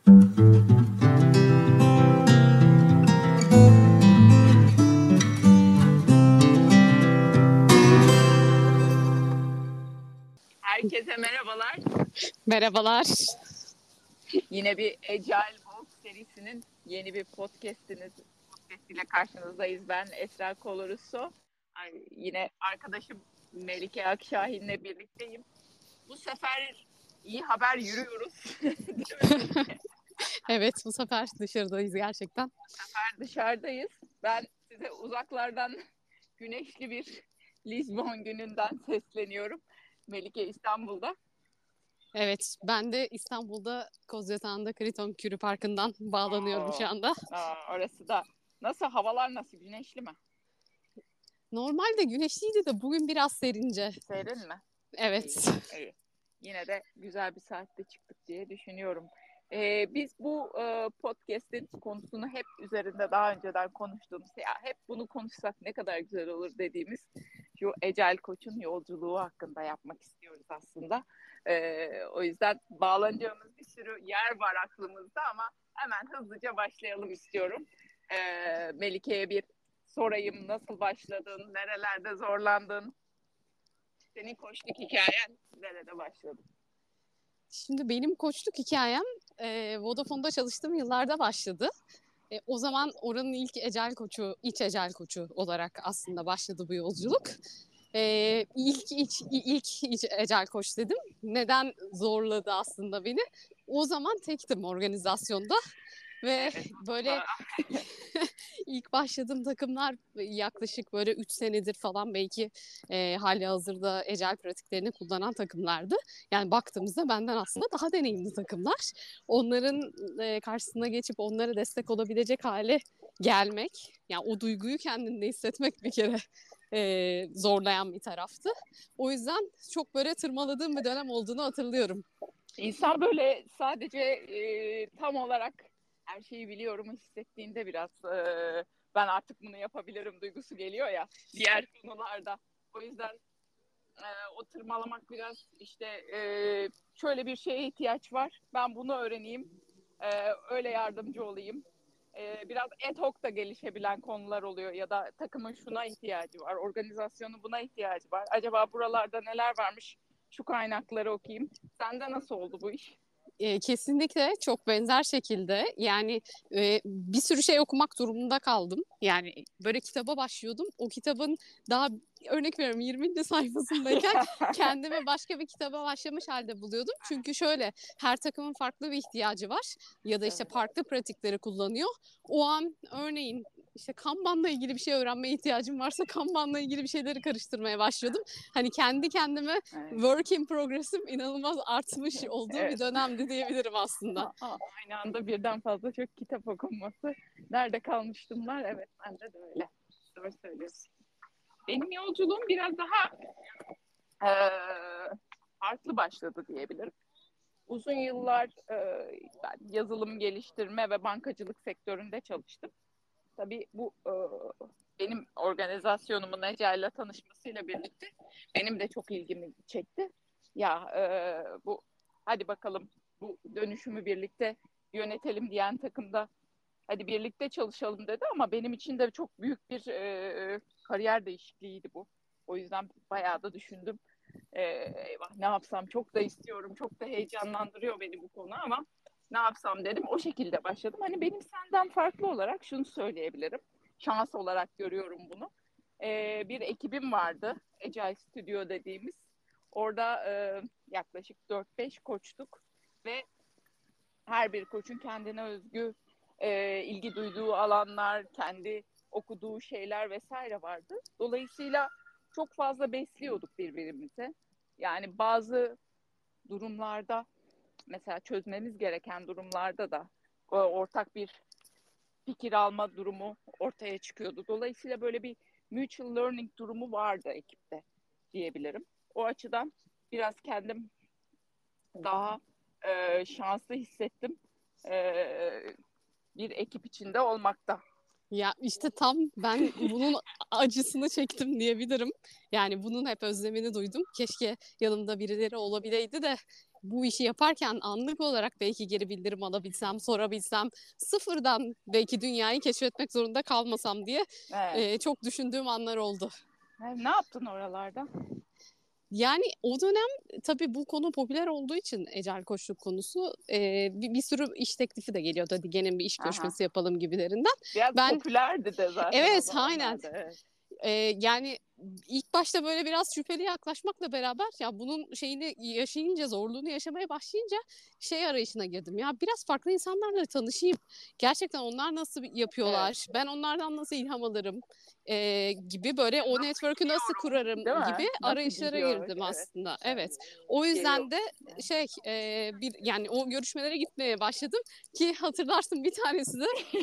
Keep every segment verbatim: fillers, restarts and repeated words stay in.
Herkese merhabalar. Merhabalar. Yine bir Agile Walk serisinin yeni bir podcast'iniz podcast ile karşınızdayız. Ben Esra Colorusso. Yine arkadaşım Melike Akşahin'le birlikteyim. Bu sefer iyi haber yürüyoruz. Evet, bu sefer dışarıdayız gerçekten. Bu sefer dışarıdayız. Ben size uzaklardan güneşli bir Lisbon gününden sesleniyorum. Melike İstanbul'da. Evet, ben de İstanbul'da Kozyatağı'nda Kriton Kürü Parkı'ndan bağlanıyorum Oo, şu anda. Aa, orası da. Nasıl? Havalar nasıl? Güneşli mi? Normalde güneşliydi de bugün biraz serince. Serin mi? Evet. İyi, iyi. Yine de güzel bir saatte çıktık diye düşünüyorum. Ee, biz bu e, podcast'in konusunu hep üzerinde daha önceden konuştuğumuz, ya hep bunu konuşsak ne kadar güzel olur dediğimiz şu Agile Koç'un yolculuğu hakkında yapmak istiyoruz aslında. Ee, o yüzden bağlanacağımız bir sürü yer var aklımızda ama hemen hızlıca başlayalım istiyorum. Ee, Melike'ye bir sorayım, nasıl başladın, nerelerde zorlandın? Senin koçluk hikayen nerede başladı? Şimdi benim koçluk hikayem e, Vodafone'da çalıştığım yıllarda başladı. E, o zaman oranın ilk Agile koçu, iç Agile koçu olarak aslında başladı bu yolculuk. E, ilk iç, ilk iç Agile koç dedim. Neden zorladı aslında beni? O zaman tektim organizasyonda. Ve Evet. böyle ilk başladığım takımlar yaklaşık böyle üç senedir falan belki e, hali hazırda Agile pratiklerini kullanan takımlardı. Yani baktığımızda benden aslında daha deneyimli takımlar. Onların e, karşısına geçip onlara destek olabilecek hale gelmek, yani o duyguyu kendinde hissetmek bir kere e, zorlayan bir taraftı. O yüzden çok böyle tırmaladığım bir dönem olduğunu hatırlıyorum. İnsan böyle sadece e, tam olarak her şeyi biliyorum hissettiğinde biraz e, ben artık bunu yapabilirim duygusu geliyor ya diğer konularda. O yüzden e, o tırmalamak biraz işte e, şöyle bir şeye ihtiyaç var. Ben bunu öğreneyim. E, öyle yardımcı olayım. E, biraz ad hoc da gelişebilen konular oluyor ya da takımın şuna ihtiyacı var. Organizasyonun buna ihtiyacı var. Acaba buralarda neler varmış? Şu kaynakları okuyayım. Sende nasıl oldu bu iş? E, kesinlikle çok benzer şekilde, yani e, bir sürü şey okumak durumunda kaldım. Yani böyle kitaba başlıyordum. O kitabın daha örnek veriyorum yirminci sayfasındayken kendimi başka bir kitaba başlamış halde buluyordum. Çünkü şöyle, her takımın farklı bir ihtiyacı var ya da işte farklı pratikleri kullanıyor. O an örneğin işte Kanban'la ilgili bir şey öğrenmeye ihtiyacım varsa Kanban'la ilgili bir şeyleri karıştırmaya başlıyordum. Hani kendi kendime Evet. work in progress'im inanılmaz artmış olduğu Evet. bir dönemdi diyebilirim aslında. Aynı anda birden fazla çok kitap okunması. Nerede kalmıştımlar? Evet, bende de öyle. Doğru söylüyorsun. Benim yolculuğum biraz daha e, farklı başladı diyebilirim. Uzun yıllar e, ben yazılım geliştirme ve bankacılık sektöründe çalıştım. Tabii bu e, benim organizasyonumun Ece'yle tanışmasıyla birlikte benim de çok ilgimi çekti. Ya e, bu hadi bakalım bu dönüşümü birlikte yönetelim diyen takımda hadi birlikte çalışalım dedi ama benim için de çok büyük bir e, kariyer değişikliğiydi bu. O yüzden bayağı da düşündüm. E, eyvah ne yapsam, çok da istiyorum, çok da heyecanlandırıyor beni bu konu ama ne yapsam dedim. O şekilde başladım. Hani benim senden farklı olarak şunu söyleyebilirim. Şans olarak görüyorum bunu. E, bir ekibim vardı. Agile Studio dediğimiz. Orada e, yaklaşık dört beş koçtuk ve her bir koçun kendine özgü e, ilgi duyduğu alanlar, kendi okuduğu şeyler vesaire vardı. Dolayısıyla çok fazla besliyorduk birbirimize. Yani bazı durumlarda, mesela çözmemiz gereken durumlarda da ortak bir fikir alma durumu ortaya çıkıyordu. Dolayısıyla böyle bir mutual learning durumu vardı ekipte diyebilirim. O açıdan biraz kendim daha e, şanslı hissettim e, bir ekip içinde olmakta. Ya işte tam ben bunun acısını çektim diyebilirim. Yani bunun hep özlemini duydum. Keşke yanımda birileri olabileydi de bu işi yaparken anlık olarak belki geri bildirim alabilsem, sorabilsem, sıfırdan belki dünyayı keşfetmek zorunda kalmasam diye Evet. e, çok düşündüğüm anlar oldu. Ne yaptın oralarda? Yani o dönem tabii bu konu popüler olduğu için ecel koçluk konusu e, bir, bir sürü iş teklifi de geliyordu. Hadi gene bir iş Aha. görüşmesi yapalım gibilerinden. Biraz Ben popülerdi de zaten o evet aynen. zamanlarda. Evet. Ee, yani ilk başta böyle biraz şüpheli yaklaşmakla beraber ya bunun şeyini yaşayınca, zorluğunu yaşamaya başlayınca şey arayışına girdim. Ya biraz farklı insanlarla tanışayım. Gerçekten onlar nasıl yapıyorlar? Evet. Ben onlardan nasıl ilham alırım? Ee, gibi böyle o network'ü nasıl kurarım Değil mi? gibi Nasıl arayışlara gidiyor? girdim Evet. aslında. Evet. O yüzden de Evet. şey e, bir yani o görüşmelere gitmeye başladım ki hatırlarsın bir tanesi de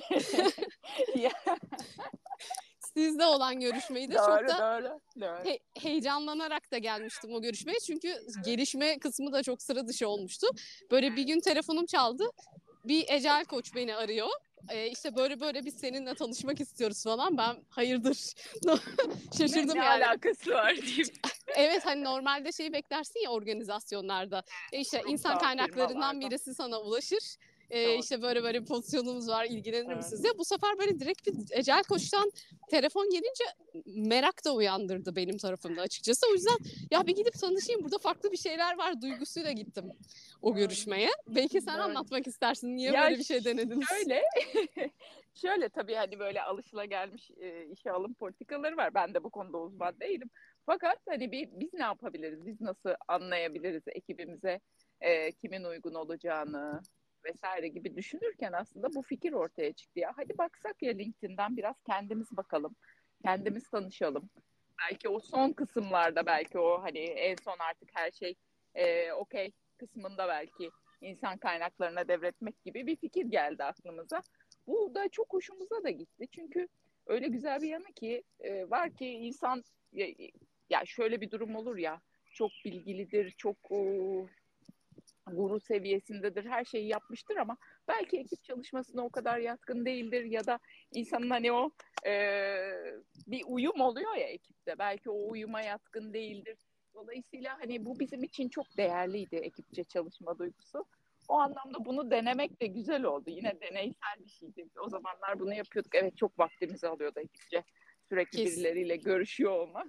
sizde olan görüşmeydi. Çok Doğru, da doğru, doğru. he- heyecanlanarak da gelmiştim o görüşmeye. Çünkü gelişme kısmı da çok sıra dışı olmuştu. Böyle bir gün telefonum çaldı. Bir ecel koç beni arıyor. Ee, işte böyle böyle biz seninle tanışmak istiyoruz falan. Ben hayırdır şaşırdım Ne, ne yani. alakası var diyeyim. Evet hani normalde şeyi beklersin ya organizasyonlarda. E işte insan Kurumsal kaynaklarından firmalarda. birisi sana ulaşır. E Doğru. işte böyle böyle bir pozisyonumuz var ilgilenir Evet. misiniz? Ya bu sefer böyle direkt bir ecel koçtan telefon gelince merak da uyandırdı benim tarafımda açıkçası. O yüzden ya bir gidip tanışayım burada farklı bir şeyler var duygusuyla gittim o görüşmeye. Belki sen Doğru. anlatmak istersin. Niye Ya böyle bir şey denediniz? Şöyle, şöyle tabii hani böyle alışılagelmiş e, işe alım politikaları var. Ben de bu konuda uzman değilim. Fakat hani bir, biz ne yapabiliriz? Biz nasıl anlayabiliriz ekibimize e, kimin uygun olacağını vesaire gibi düşünürken aslında bu fikir ortaya çıktı ya. Hadi baksak ya LinkedIn'den biraz kendimiz bakalım. Kendimiz tanışalım. Belki o son kısımlarda belki o hani en son artık her şey e, okey kısmında belki insan kaynaklarına devretmek gibi bir fikir geldi aklımıza. Bu da çok hoşumuza da gitti. Çünkü öyle güzel bir yanı ki e, var ki insan ya, ya şöyle bir durum olur ya çok bilgilidir, çok o, guru seviyesindedir, her şeyi yapmıştır ama belki ekip çalışmasına o kadar yatkın değildir ya da insanın hani o e, bir uyum oluyor ya ekipte. Belki o uyuma yatkın değildir. Dolayısıyla hani bu bizim için çok değerliydi ekipçe çalışma duygusu. O anlamda bunu denemek de güzel oldu. Yine deneysel bir şeydi. O zamanlar bunu yapıyorduk. Evet çok vaktimizi alıyordu ekipçe. Sürekli Kes. birileriyle görüşüyor olmak.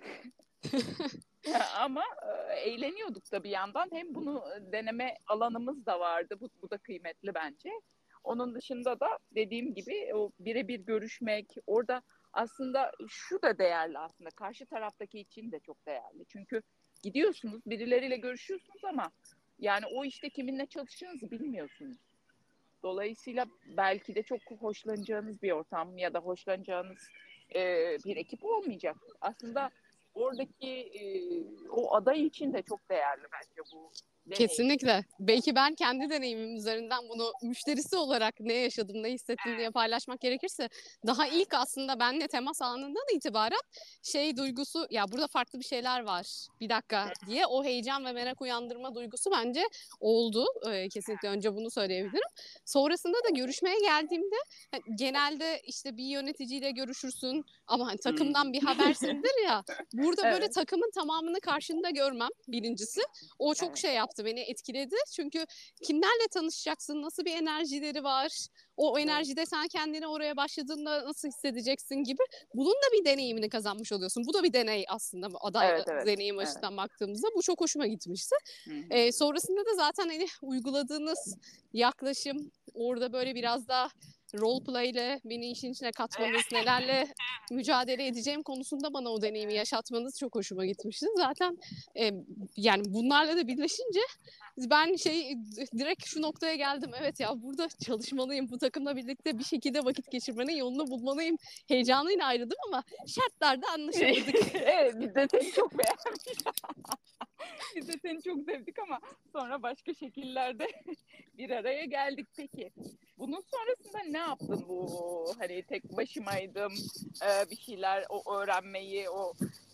Ama e, eğleniyorduk da bir yandan. Hem bunu deneme alanımız da vardı. Bu, bu da kıymetli bence. Onun dışında da dediğim gibi o birebir görüşmek, orada aslında şu da değerli aslında. Karşı taraftaki için de çok değerli. Çünkü gidiyorsunuz, birileriyle görüşüyorsunuz ama yani o işte kiminle çalışacağınızı bilmiyorsunuz. Dolayısıyla belki de çok hoşlanacağınız bir ortam ya da hoşlanacağınız e, bir ekip olmayacak. Aslında oradaki e, o aday için de çok değerli bence bu deneyim. Kesinlikle. Belki ben kendi deneyimim üzerinden bunu müşterisi olarak ne yaşadım, ne hissettim diye paylaşmak gerekirse daha ilk aslında benimle temas anından itibaren şey duygusu ya burada farklı bir şeyler var bir dakika diye o heyecan ve merak uyandırma duygusu bence oldu. Ee, kesinlikle önce bunu söyleyebilirim. Sonrasında da görüşmeye geldiğimde hani genelde işte bir yöneticiyle görüşürsün ama hani takımdan bir habersindir ya burada böyle Evet. takımın tamamını karşında görmem birincisi. O çok Evet. şey yaptı, beni etkiledi. Çünkü kimlerle tanışacaksın, nasıl bir enerjileri var, o enerjide sen kendini oraya başladığında nasıl hissedeceksin gibi. Bunun da bir deneyimini kazanmış oluyorsun. Bu da bir deney aslında aday Evet, evet. deneyim Evet. açısından baktığımızda. Bu çok hoşuma gitmişti. Hı hı. Ee, sonrasında da zaten hani uyguladığınız yaklaşım orada böyle biraz daha role play ile beni işin içine katmanız, nelerle mücadele edeceğim konusunda bana o deneyimi yaşatmanız çok hoşuma gitmişti. Zaten e, yani bunlarla da birleşince ben şey direkt şu noktaya geldim. Evet ya burada çalışmalıyım. Bu takımla birlikte bir şekilde vakit geçirmenin yolunu bulmalıyım. Heyecanıyla ayrıldım ama şartlarda anlaşamadık. Evet, biz de seni çok beğendik. Biz de seni çok sevdik ama sonra başka şekillerde bir araya geldik. Peki bunun sonrasında ne yaptın bu hani tek başımaydım bir şeyler o öğrenmeyi o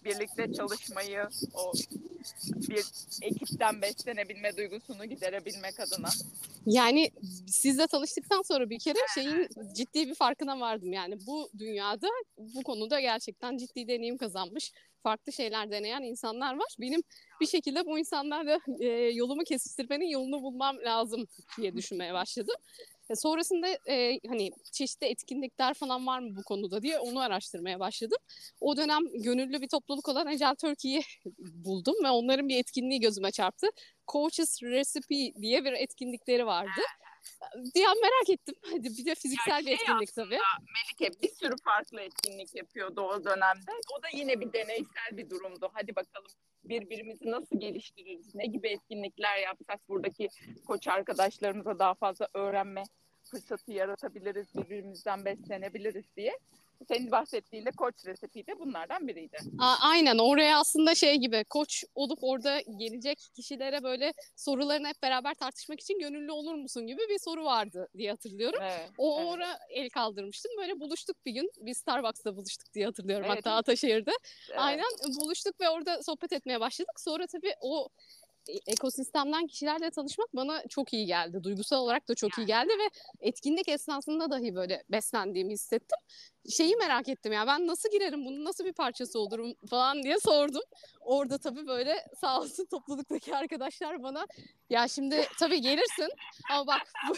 birlikte çalışmayı, o bir ekipten beslenebilme duygusunu giderebilmek adına. Yani sizle tanıştıktan sonra bir kere şeyin ciddi bir farkına vardım. Yani bu dünyada bu konuda gerçekten ciddi deneyim kazanmış, farklı şeyler deneyen insanlar var. Benim bir şekilde bu insanlarla e, yolumu kesiştirmenin yolunu bulmam lazım diye düşünmeye başladım. E, sonrasında e, hani çeşitli etkinlikler falan var mı bu konuda diye onu araştırmaya başladım. O dönem gönüllü bir topluluk olan Agile Turkey'yi buldum ve onların bir etkinliği gözüme çarptı. Coach's Recipe diye bir etkinlikleri vardı. Diye merak ettim. Hadi bir de fiziksel Yani bir şey etkinlik aslında, tabii. Melike bir sürü farklı etkinlik yapıyordu o dönemde. O da yine bir deneysel bir durumdu. Hadi bakalım birbirimizi nasıl geliştiririz, ne gibi etkinlikler yapsak buradaki koç arkadaşlarımıza daha fazla öğrenme fırsatı yaratabiliriz, birbirimizden beslenebiliriz diye. Senin bahsettiğin de Koç Recipe de bunlardan biriydi. A- aynen oraya aslında şey gibi koç olup orada gelecek kişilere böyle sorularını hep beraber tartışmak için gönüllü olur musun gibi bir soru vardı diye hatırlıyorum. Evet, O evet. oraya el kaldırmıştım. Böyle buluştuk bir gün. Biz Starbucks'ta buluştuk diye hatırlıyorum. Evet. Hatta Ataşehir'de. Evet. Aynen buluştuk ve orada sohbet etmeye başladık. Sonra tabii o ekosistemden kişilerle tanışmak bana çok iyi geldi. Duygusal olarak da çok iyi geldi ve etkinlik esnasında dahi böyle beslendiğimi hissettim. Şeyi merak ettim ya ben nasıl girerim, bunun nasıl bir parçası olurum falan diye sordum. Orada tabii böyle sağ olsun topluluktaki arkadaşlar bana ya şimdi tabii gelirsin ama bak bu,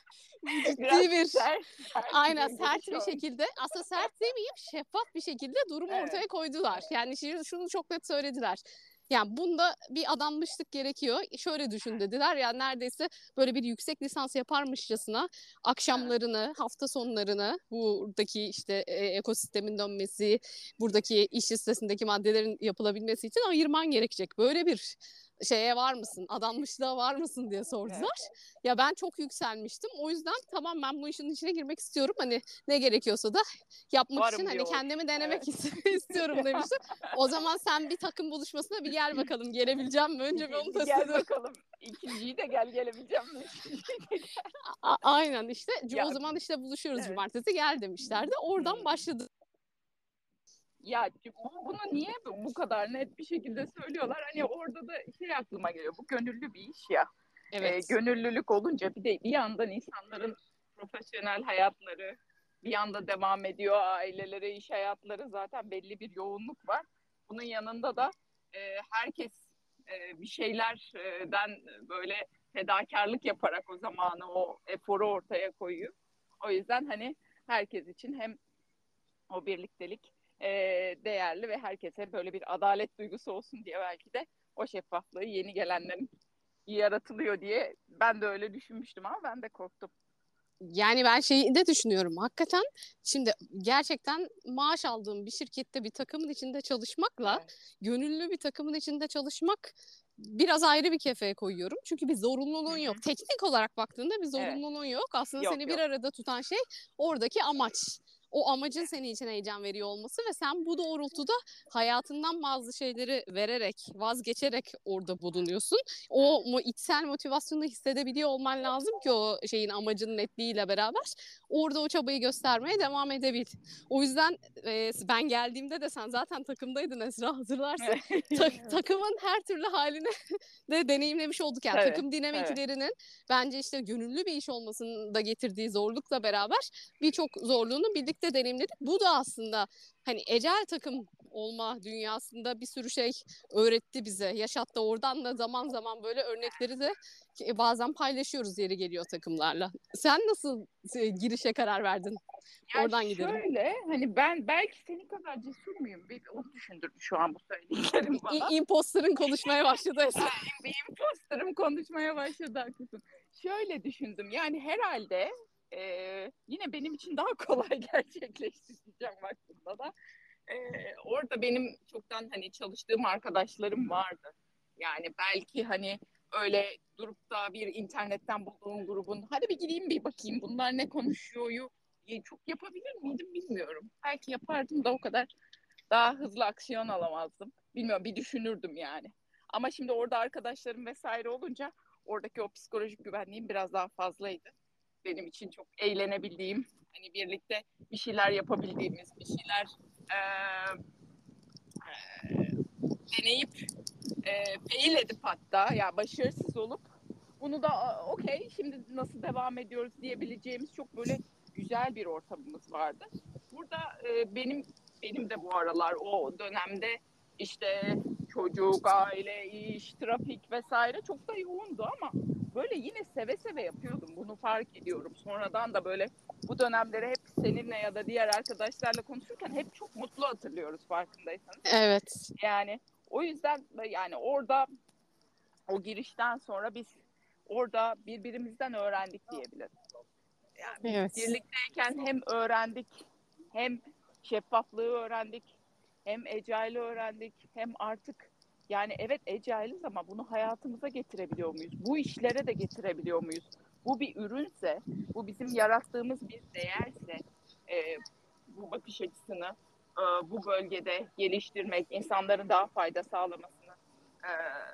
bu ciddi Biraz bir sert, sert aynen bir sert giriş bir olmuş. şekilde aslında sert demeyeyim şeffaf bir şekilde durumu Evet. ortaya koydular. Yani şi- şunu çok net söylediler. Yani bunda bir adanmışlık gerekiyor. Şöyle düşün dediler ya neredeyse böyle bir yüksek lisans yaparmışçasına akşamlarını, hafta sonlarını buradaki işte e, ekosistemin dönmesi, buradaki iş listesindeki maddelerin yapılabilmesi için ayırman gerekecek. Böyle bir şeye var mısın, adanmışlığa var mısın diye sordular. Evet. Ya ben çok yükselmiştim. O yüzden tamam ben bu işin içine girmek istiyorum. Hani ne gerekiyorsa da yapmak için Varım hani diyor. kendimi denemek Evet. istiyorum demiştim. O zaman sen bir takım buluşmasına bir gel bakalım. Gelebileceğim mi? Önce bir onu Bir test gel ediyorum. bakalım. İkinciyi de gel gelebileceğim mi? Üçüncüyü de gel. A- aynen işte. Ya O zaman işte buluşuyoruz evet. cumartesi gel demişlerdi. Oradan Hmm. başladı. Ya bu- bunu niye bu bu kadar net bir şekilde söylüyorlar? Hani orada da şey aklıma geliyor. Bu gönüllü bir iş ya. Ee, Evet. gönüllülük olunca bir de bir yandan insanların profesyonel hayatları bir yanda devam ediyor. Aileleri, iş hayatları zaten belli bir yoğunluk var. Bunun yanında da e, herkes e, bir şeylerden böyle fedakarlık yaparak o zamanı, o eforu ortaya koyuyor. O yüzden hani herkes için hem o birliktelik e, değerli ve herkese böyle bir adalet duygusu olsun diye belki de o şeffaflığı yeni gelenlerin yaratılıyor diye ben de öyle düşünmüştüm ama ben de korktum. Yani ben şeyi de düşünüyorum. Hakikaten şimdi gerçekten maaş aldığım bir şirkette bir takımın içinde çalışmakla Evet. gönüllü bir takımın içinde çalışmak biraz ayrı bir kefeye koyuyorum. Çünkü bir Hı zorunluluğun yok. hı. Teknik olarak baktığında bir Evet. zorunluluğun yok. Aslında Yok seni bir yok. arada tutan şey oradaki amaç. O amacın senin için heyecan veriyor olması ve sen bu doğrultuda hayatından bazı şeyleri vererek, vazgeçerek orada bulunuyorsun. O mu içsel motivasyonu hissedebiliyor olman lazım ki o şeyin amacının netliğiyle beraber orada o çabayı göstermeye devam edebil. O yüzden e, ben geldiğimde de sen zaten takımdaydın Esra hatırlarsın. Ta- Evet. takımın her türlü halini de deneyimlemiş olduk. Yani Tabii. takım Tabii. dinamiklerinin bence işte gönüllü bir iş olmasının da getirdiği zorlukla beraber birçok zorluğunu birlikte deneyimledik. Bu da aslında hani ecel takım olma dünyasında bir sürü şey öğretti bize. Yaşattı oradan da zaman zaman böyle örnekleri de bazen paylaşıyoruz yeri geliyor takımlarla. Sen nasıl e, girişe karar verdin? Ya Oradan gidelim. şöyle hani ben belki senin kadar cesur muyum? Bir onu düşündürdü şu an bu söylediklerim bana. İ- imposter'ın konuşmaya başladı Esra. Bir imposterım konuşmaya başladı haklısın. Şöyle düşündüm yani herhalde e, yine benim için daha kolay gerçekleştireceğim aslında da. E, orada benim çoktan hani çalıştığım arkadaşlarım vardı. Yani belki hani öyle durup da bir internetten bulduğum grubun hadi bir gideyim bir bakayım bunlar ne konuşuyor çok yapabilir miydim bilmiyorum. Belki yapardım da o kadar daha hızlı aksiyon alamazdım. Bilmiyorum bir düşünürdüm yani. Ama şimdi orada arkadaşlarım vesaire olunca oradaki o psikolojik güvenliğim biraz daha fazlaydı. Benim için çok eğlenebildiğim, hani birlikte bir şeyler yapabildiğimiz, bir şeyler e, deneyip e, fail edip hatta yani başarısız olup bunu da okey şimdi nasıl devam ediyoruz diyebileceğimiz çok böyle güzel bir ortamımız vardı. Burada e, benim benim de bu aralar o dönemde işte çocuk, aile, iş, trafik vesaire çok da yoğundu ama böyle yine seve seve yapıyordum. Bunu fark ediyorum. Sonradan da böyle bu dönemleri hep seninle ya da diğer arkadaşlarla konuşurken hep çok mutlu hatırlıyoruz farkındaysanız. Evet. Yani o yüzden yani orada o girişten sonra biz orada birbirimizden öğrendik diyebilirim. Yani Evet. birlikteyken hem öğrendik, hem şeffaflığı öğrendik, hem agile'ı öğrendik, hem artık yani evet agile'ız ama bunu hayatımıza getirebiliyor muyuz? Bu işlere de getirebiliyor muyuz? Bu bir ürünse, bu bizim yarattığımız bir değerse, e, bu bakış açısını e, bu bölgede geliştirmek, insanların daha fayda sağlamasını, e,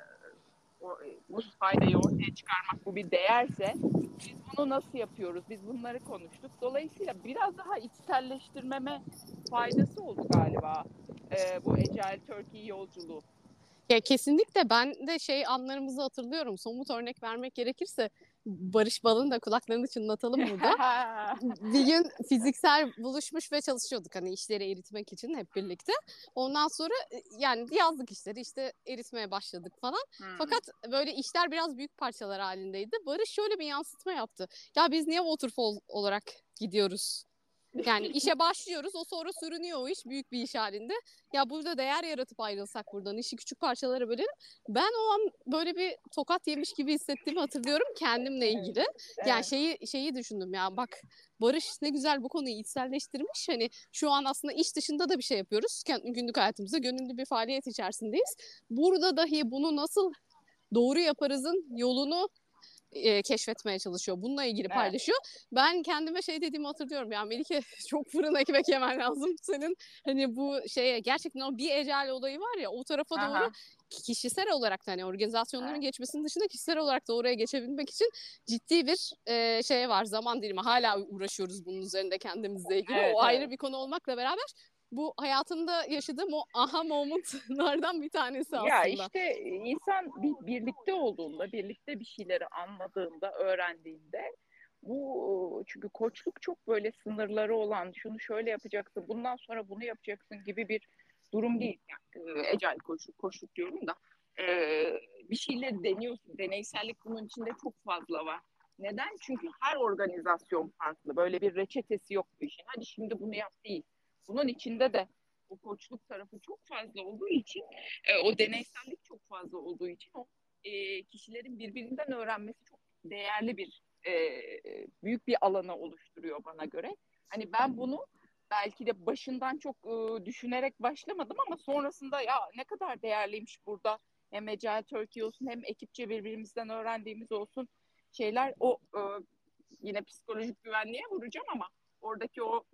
o, bu faydayı ortaya çıkarmak bu bir değerse biz bunu nasıl yapıyoruz? Biz bunları konuştuk. Dolayısıyla biraz daha içselleştirmeme faydası oldu galiba e, bu Agile Turkey yolculuğu. Ya kesinlikle ben de şey anlarımızı hatırlıyorum. Somut örnek vermek gerekirse Barış Bal'ın da kulaklarını çınlatalım burada. Bir gün fiziksel buluşmuş ve çalışıyorduk hani işleri eritmek için hep birlikte. Ondan sonra yani yazdık işleri işte eritmeye başladık falan. Hmm. Fakat böyle işler biraz büyük parçalar halindeydi. Barış şöyle bir yansıtma yaptı. Ya biz niye waterfall olarak gidiyoruz? Yani işe başlıyoruz, o sonra sürünüyor o iş büyük bir iş halinde. Ya burada değer yaratıp ayrılsak buradan, işi küçük parçalara bölelim. Ben o an böyle bir tokat yemiş gibi hissettiğimi hatırlıyorum kendimle ilgili. Evet. Yani şeyi şeyi düşündüm ya bak Barış ne güzel bu konuyu içselleştirmiş. Hani şu an aslında iş dışında da bir şey yapıyoruz. Günlük hayatımızda gönüllü bir faaliyet içerisindeyiz. Burada dahi bunu nasıl doğru yaparızın yolunu E, keşfetmeye çalışıyor. Bununla ilgili evet. paylaşıyor. Ben kendime şey dediğimi hatırlıyorum. Ya Melike çok fırın ekmek yemen lazım senin. Hani bu şeye gerçekten o bir ecel olayı var ya o tarafa Aha. doğru kişisel olarak da hani organizasyonların evet. geçmesinin dışında kişisel olarak da oraya geçebilmek için ciddi bir e, şey var. Zaman dilimi. Hala uğraşıyoruz bunun üzerinde kendimizle ilgili. Evet, o evet. ayrı bir konu olmakla beraber bu hayatımda yaşadığım o aha momentlardan bir tanesi aslında. Ya işte insan bir birlikte olduğunda, birlikte bir şeyleri anladığında, öğrendiğinde bu çünkü koçluk çok böyle sınırları olan, şunu şöyle yapacaksın, bundan sonra bunu yapacaksın gibi bir durum değil. Yani, e, Agile koçluk, koçluk diyorum da e, bir şeyleri deniyorsun. Deneysellik bunun içinde çok fazla var. Neden? Çünkü her organizasyon farklı. Böyle bir reçetesi yok bu işin. Hadi şimdi bunu yap değil. Bunun içinde de o koçluk tarafı çok fazla olduğu için, e, o deneysellik çok fazla olduğu için o e, kişilerin birbirinden öğrenmesi çok değerli bir e, büyük bir alanı oluşturuyor bana göre. Hani ben bunu belki de başından çok e, düşünerek başlamadım ama sonrasında ya ne kadar değerliymiş burada hem Agile Turkey olsun hem ekipçe birbirimizden öğrendiğimiz olsun şeyler o e, yine psikolojik güvenliğe vuracağım ama oradaki o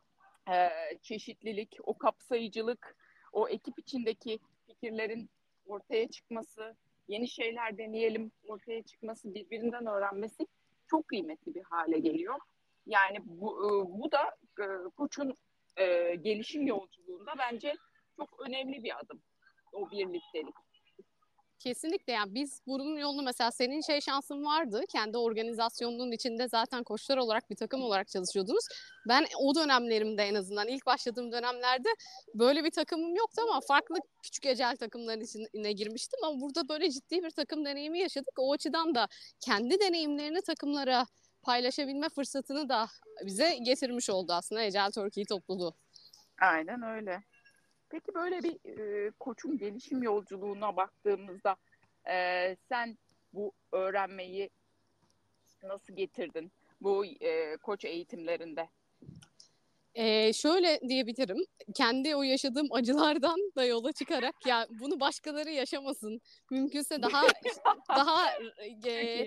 e, çeşitlilik, o kapsayıcılık, o ekip içindeki fikirlerin ortaya çıkması, yeni şeyler deneyelim ortaya çıkması, birbirinden öğrenmesi çok kıymetli bir hale geliyor. Yani bu, bu da e, koçun e, gelişim yolculuğunda bence çok önemli bir adım. O birliktelik. Kesinlikle yani biz bunun yolunu mesela senin şey şansın vardı. Kendi organizasyonunun içinde zaten koçlar olarak bir takım olarak çalışıyordunuz. Ben o dönemlerimde en azından ilk başladığım dönemlerde böyle bir takımım yoktu ama farklı küçük ecel takımların içine girmiştim. Ama burada böyle ciddi bir takım deneyimi yaşadık. O açıdan da kendi deneyimlerini takımlara paylaşabilme fırsatını da bize getirmiş oldu aslında Agile Turkey topluluğu. Aynen öyle. Peki böyle bir e, koçun gelişim yolculuğuna baktığımızda e, sen bu öğrenmeyi nasıl getirdin bu e, koç eğitimlerinde? Ee, şöyle diyebilirim. Kendi o yaşadığım acılardan da yola çıkarak ya bunu başkaları yaşamasın. Mümkünse daha daha e,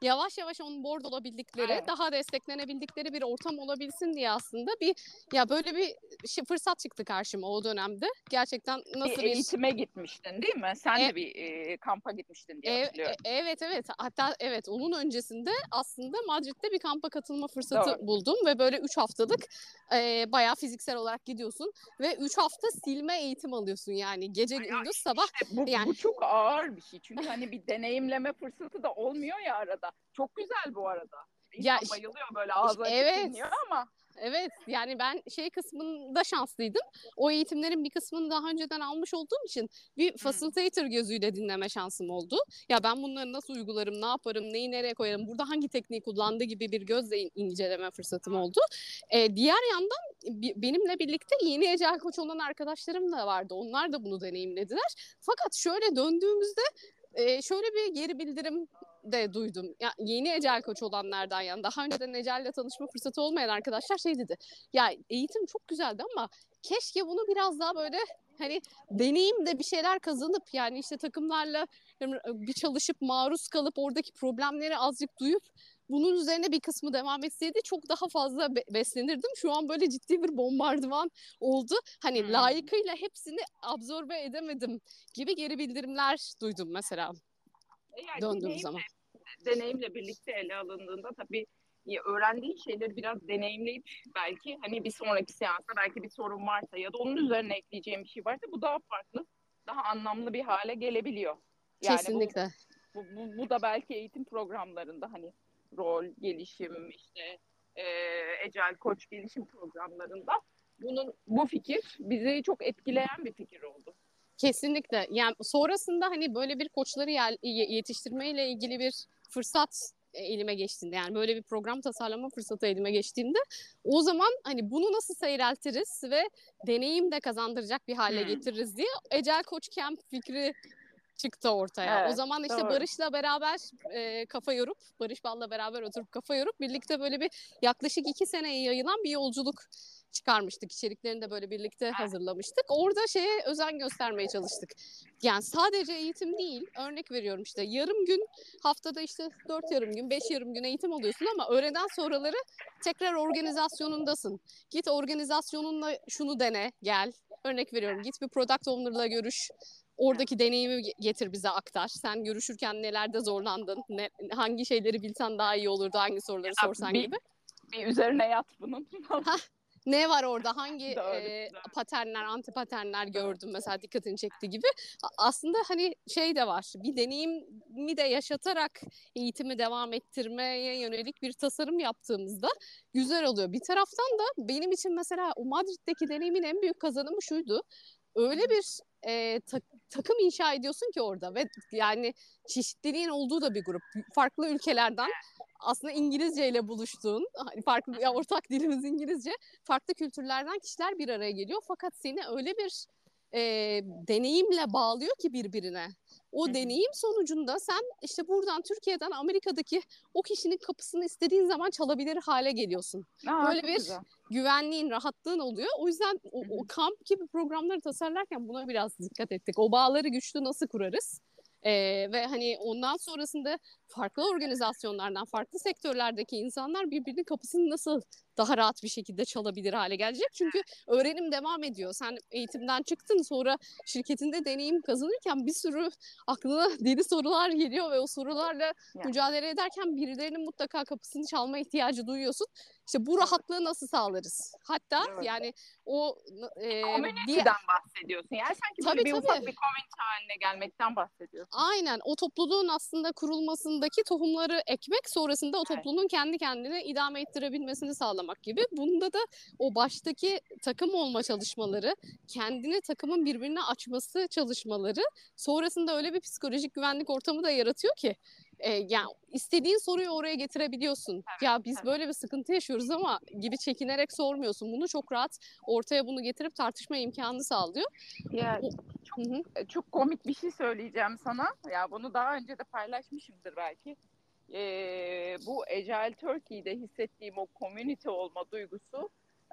yavaş yavaş on board olabildikleri, Evet. daha desteklenebildikleri bir ortam olabilsin diye aslında bir ya böyle bir şey, fırsat çıktı karşıma o dönemde. Gerçekten nasıl Bir bir eğitime gitmiştin değil mi? Sen e, de bir e, kampa gitmiştin diye e, e, hatırlıyorum. evet evet hatta evet onun öncesinde aslında Madrid'de bir kampa katılma fırsatı Doğru. buldum ve böyle üç haftalık e, bayağı fiziksel olarak gidiyorsun ve üç hafta silme eğitim alıyorsun yani gece gündüz sabah İşte bu, yani bu çok ağır bir şey. Çünkü hani bir deneyimleme fırsatı da olmuyor ya arada. Çok güzel bu arada. ya İnsan bayılıyor böyle iş- ağzı açık evet. dinliyor ama Evet yani ben şey kısmında şanslıydım. O eğitimlerin bir kısmını daha önceden almış olduğum için bir hmm. facilitator gözüyle dinleme şansım oldu. Ya ben bunları nasıl uygularım, ne yaparım, neyi nereye koyarım, burada hangi tekniği kullandığı gibi bir gözle inceleme fırsatım oldu. Ee, diğer yandan benimle birlikte yeni Agile Koç olan arkadaşlarım da vardı. Onlar da bunu deneyimlediler. Fakat şöyle döndüğümüzde e, şöyle bir geri bildirim de duydum. Ya, yeni Agile Koç olanlardan yani daha önceden Agile'le tanışma fırsatı olmayan arkadaşlar şey dedi. Ya eğitim çok güzeldi ama keşke bunu biraz daha böyle hani deneyim de bir şeyler kazanıp yani işte takımlarla bir çalışıp maruz kalıp oradaki problemleri azıcık duyup bunun üzerine bir kısmı devam etseydi çok daha fazla be- beslenirdim. Şu an böyle ciddi bir bombardıman oldu. Hani Hmm. layıkıyla hepsini absorbe edemedim gibi geri bildirimler duydum mesela Yani döndüğüm deneyim, zaman. deneyimle birlikte ele alındığında tabii öğrendiğin şeyleri biraz deneyimleyip belki hani bir sonraki seansta belki bir sorun varsa ya da onun üzerine ekleyeceğim bir şey varsa bu daha farklı, daha anlamlı bir hale gelebiliyor. Yani bu Kesinlikle. bu, bu, bu da belki eğitim programlarında hani rol, gelişim, işte e, Agile Koç gelişim programlarında bunun bu fikir bizi çok etkileyen bir fikir oldu. Kesinlikle. Yani sonrasında hani böyle bir koçları yetiştirmeyle ilgili bir fırsat elime geçtiğinde yani böyle bir program tasarlama fırsatı elime geçtiğinde o zaman hani bunu nasıl seyreltiriz ve deneyim de kazandıracak bir hale Hmm. getiririz diye Agile Coach Camp fikri çıktı ortaya. Evet, o zaman işte doğru. Barış'la beraber e, kafa yorup, Barış Bal'la beraber oturup kafa yorup birlikte böyle bir yaklaşık iki seneye yayılan bir yolculuk çıkarmıştık. İçeriklerini de böyle birlikte hazırlamıştık. Orada şeye özen göstermeye çalıştık. Yani sadece eğitim değil, örnek veriyorum işte yarım gün haftada işte dört yarım gün, beş yarım gün eğitim alıyorsun ama öğleden sonraları tekrar organizasyonundasın. Git organizasyonunla şunu dene, gel. Örnek veriyorum git bir product owner'la görüş. Oradaki deneyimi getir bize aktar. Sen görüşürken nelerde zorlandın, ne, hangi şeyleri bilsen daha iyi olurdu, hangi soruları sorsan bir, gibi. bir üzerine yat bunun. Hah, ne var orada, hangi Doğru, e, doğru. paternler, anti paternler Doğru. gördüm mesela dikkatini çekti gibi. Aslında hani şey de var, bir deneyimi de yaşatarak eğitimi devam ettirmeye yönelik bir tasarım yaptığımızda güzel oluyor. Bir taraftan da benim için mesela o Madrid'deki deneyimin en büyük kazanımı şuydu. Öyle bir e, ta- takım inşa ediyorsun ki orada ve yani çeşitliliğin olduğu da bir grup. Farklı ülkelerden aslında İngilizce ile buluştuğun, hani farklı ya ortak dilimiz İngilizce, farklı kültürlerden kişiler bir araya geliyor. Fakat seni öyle bir e, deneyimle bağlıyor ki birbirine. O Hı hı. deneyim sonucunda sen işte buradan Türkiye'den Amerika'daki o kişinin kapısını istediğin zaman çalabilir hale geliyorsun. Aa, Böyle çok bir güzel. güvenliğin, rahatlığın oluyor. O yüzden o, o kamp gibi programları tasarlarken buna biraz dikkat ettik. O bağları güçlü nasıl kurarız? Ee, ve hani ondan sonrasında farklı organizasyonlardan, farklı sektörlerdeki insanlar birbirinin kapısını nasıl daha rahat bir şekilde çalabilir hale gelecek. Çünkü öğrenim devam ediyor. Sen eğitimden çıktın sonra şirketinde deneyim kazanırken bir sürü aklına deli sorular geliyor ve o sorularla Yani. mücadele ederken birilerinin mutlaka kapısını çalma ihtiyacı duyuyorsun. İşte bu rahatlığı nasıl sağlarız? Hatta Evet. yani o e, Community'den diye bahsediyorsun. Yani sanki tabii böyle bir ufak tabii. bir community haline gelmekten bahsediyorsun. Aynen o topluluğun aslında kurulmasındaki tohumları ekmek sonrasında o Evet. topluluğun kendi kendine idame ettirebilmesini sağlamak gibi. Bunda da o baştaki takım olma çalışmaları, kendini takımın birbirine açması çalışmaları sonrasında öyle bir psikolojik güvenlik ortamı da yaratıyor ki e, yani istediğin soruyu oraya getirebiliyorsun. Evet, Ya biz evet. böyle bir sıkıntı yaşıyoruz ama gibi çekinerek sormuyorsun. Bunu çok rahat ortaya bunu getirip tartışma imkanı sağlıyor. Ya O, çok, hı hı. çok komik bir şey söyleyeceğim sana. Ya bunu daha önce de paylaşmışımdır belki. Ee, bu Agile Turkey'de hissettiğim o community olma duygusu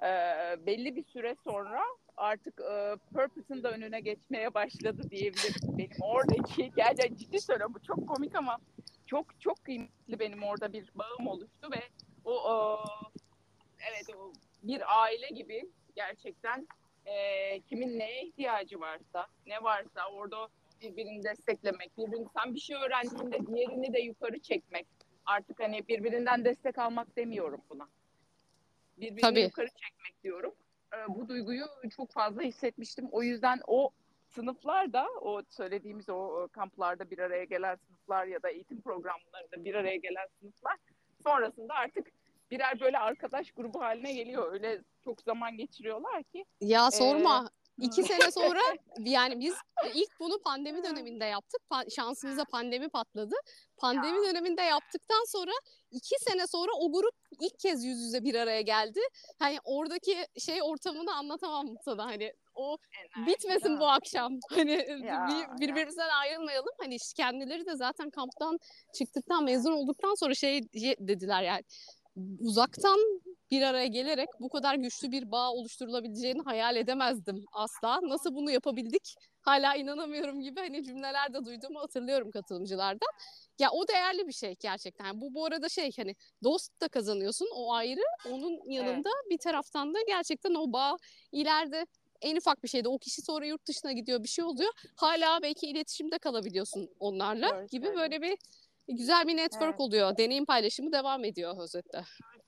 e, belli bir süre sonra artık e, Purpose'ın da önüne geçmeye başladı diyebilirim. Benim oradaki, gerçekten ciddi söylüyorum, bu çok komik ama çok çok kıymetli, benim orada bir bağım oluştu ve o, o evet, o bir aile gibi gerçekten, e, kimin neye ihtiyacı varsa, ne varsa orada birbirini desteklemek, birbirini, sen bir şey öğrendiğinde diğerini de yukarı çekmek. Artık hani birbirinden destek almak demiyorum buna. Birbirini Tabii. yukarı çekmek diyorum. E, bu duyguyu çok fazla hissetmiştim. O yüzden o sınıflarda, o söylediğimiz o kamplarda bir araya gelen sınıflar ya da eğitim programlarında bir araya gelen sınıflar sonrasında artık birer böyle arkadaş grubu haline geliyor. Öyle çok zaman geçiriyorlar ki. Ya E, sorma. İki sene sonra yani biz ilk bunu pandemi döneminde yaptık. Pa- şansımıza pandemi patladı. Pandemi döneminde yaptıktan sonra iki sene sonra o grup ilk kez yüz yüze bir araya geldi. Hani oradaki şey ortamını anlatamam sana. Hani o bitmesin bu akşam. Hani ya, bir, birbirimizden ayrılmayalım. Hani kendileri de zaten kamptan çıktıktan, mezun olduktan sonra şey dediler yani, uzaktan bir araya gelerek bu kadar güçlü bir bağ oluşturulabileceğini hayal edemezdim asla. Nasıl bunu yapabildik? Hala inanamıyorum gibi hani cümleler de duyduğumu hatırlıyorum katılımcılardan. Ya o değerli bir şey gerçekten. Bu bu arada şey, hani dost da kazanıyorsun, o ayrı. Onun evet, yanında bir taraftan da gerçekten o bağ ileride en ufak bir şeyde, o kişi sonra yurt dışına gidiyor, bir şey oluyor. Hala belki iletişimde kalabiliyorsun onlarla doğru gibi, böyle söylüyorsun. bir güzel bir network Evet. oluyor. Deneyim paylaşımı devam ediyor özette.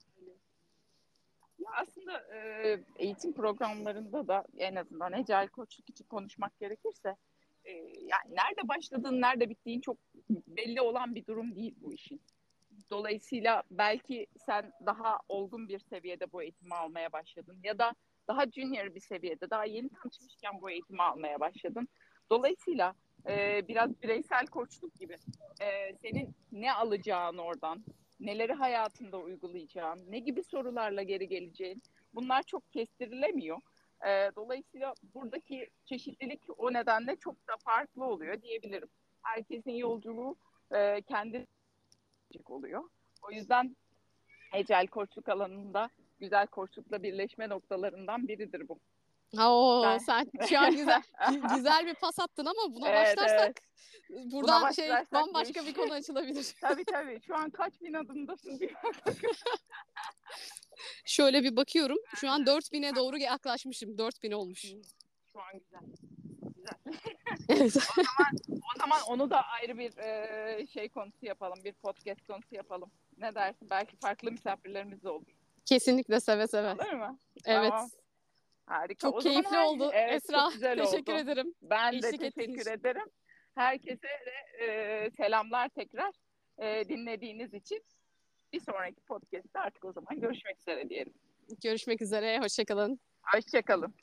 Ya aslında e, eğitim programlarında da, en azından Agile koçluk için konuşmak gerekirse, e, yani nerede başladığın, nerede bittiğin çok belli olan bir durum değil bu işin. Dolayısıyla belki sen daha olgun bir seviyede bu eğitimi almaya başladın ya da daha junior bir seviyede, daha yeni tanışmışken bu eğitimi almaya başladın. Dolayısıyla e, biraz bireysel koçluk gibi, e, senin ne alacağın oradan, neleri hayatında uygulayacağın, ne gibi sorularla geri geleceğin, bunlar çok kestirilemiyor. E, dolayısıyla buradaki çeşitlilik o nedenle çok da farklı oluyor diyebilirim. Herkesin yolculuğu e, kendi oluyor. O yüzden Agile koçluk alanında güzel koçlukla birleşme noktalarından biridir bu. Oo, Ben sen şu an güzel güzel bir pas attın ama buna evet, başlarsak evet. Buna buradan şey, başlarsak bu bambaşka iş. bir konu açılabilir. Tabii tabii. Şu an kaç bin adımdasın bir Şöyle bir bakıyorum. Şu an dört bine doğru yaklaşmışım. dört bin olmuş. Şu an güzel. Güzel. Evet. O zaman onu da ayrı bir e, şey konusu yapalım. Bir podcast konusu yapalım. Ne dersin? Belki farklı misafirlerimiz de olur. Kesinlikle, seve seve. Olur mu? Evet. Tamam. Harika. Çok O zaman keyifli her, oldu evet, çok Esra. güzel Teşekkür oldu. ederim Ben de eşlik ettiğin teşekkür için. ederim. Herkese de e, selamlar tekrar, e, dinlediğiniz için. Bir sonraki podcast'te artık o zaman görüşmek üzere diyelim. Görüşmek üzere. Hoşça kalın. Hoşçakalın.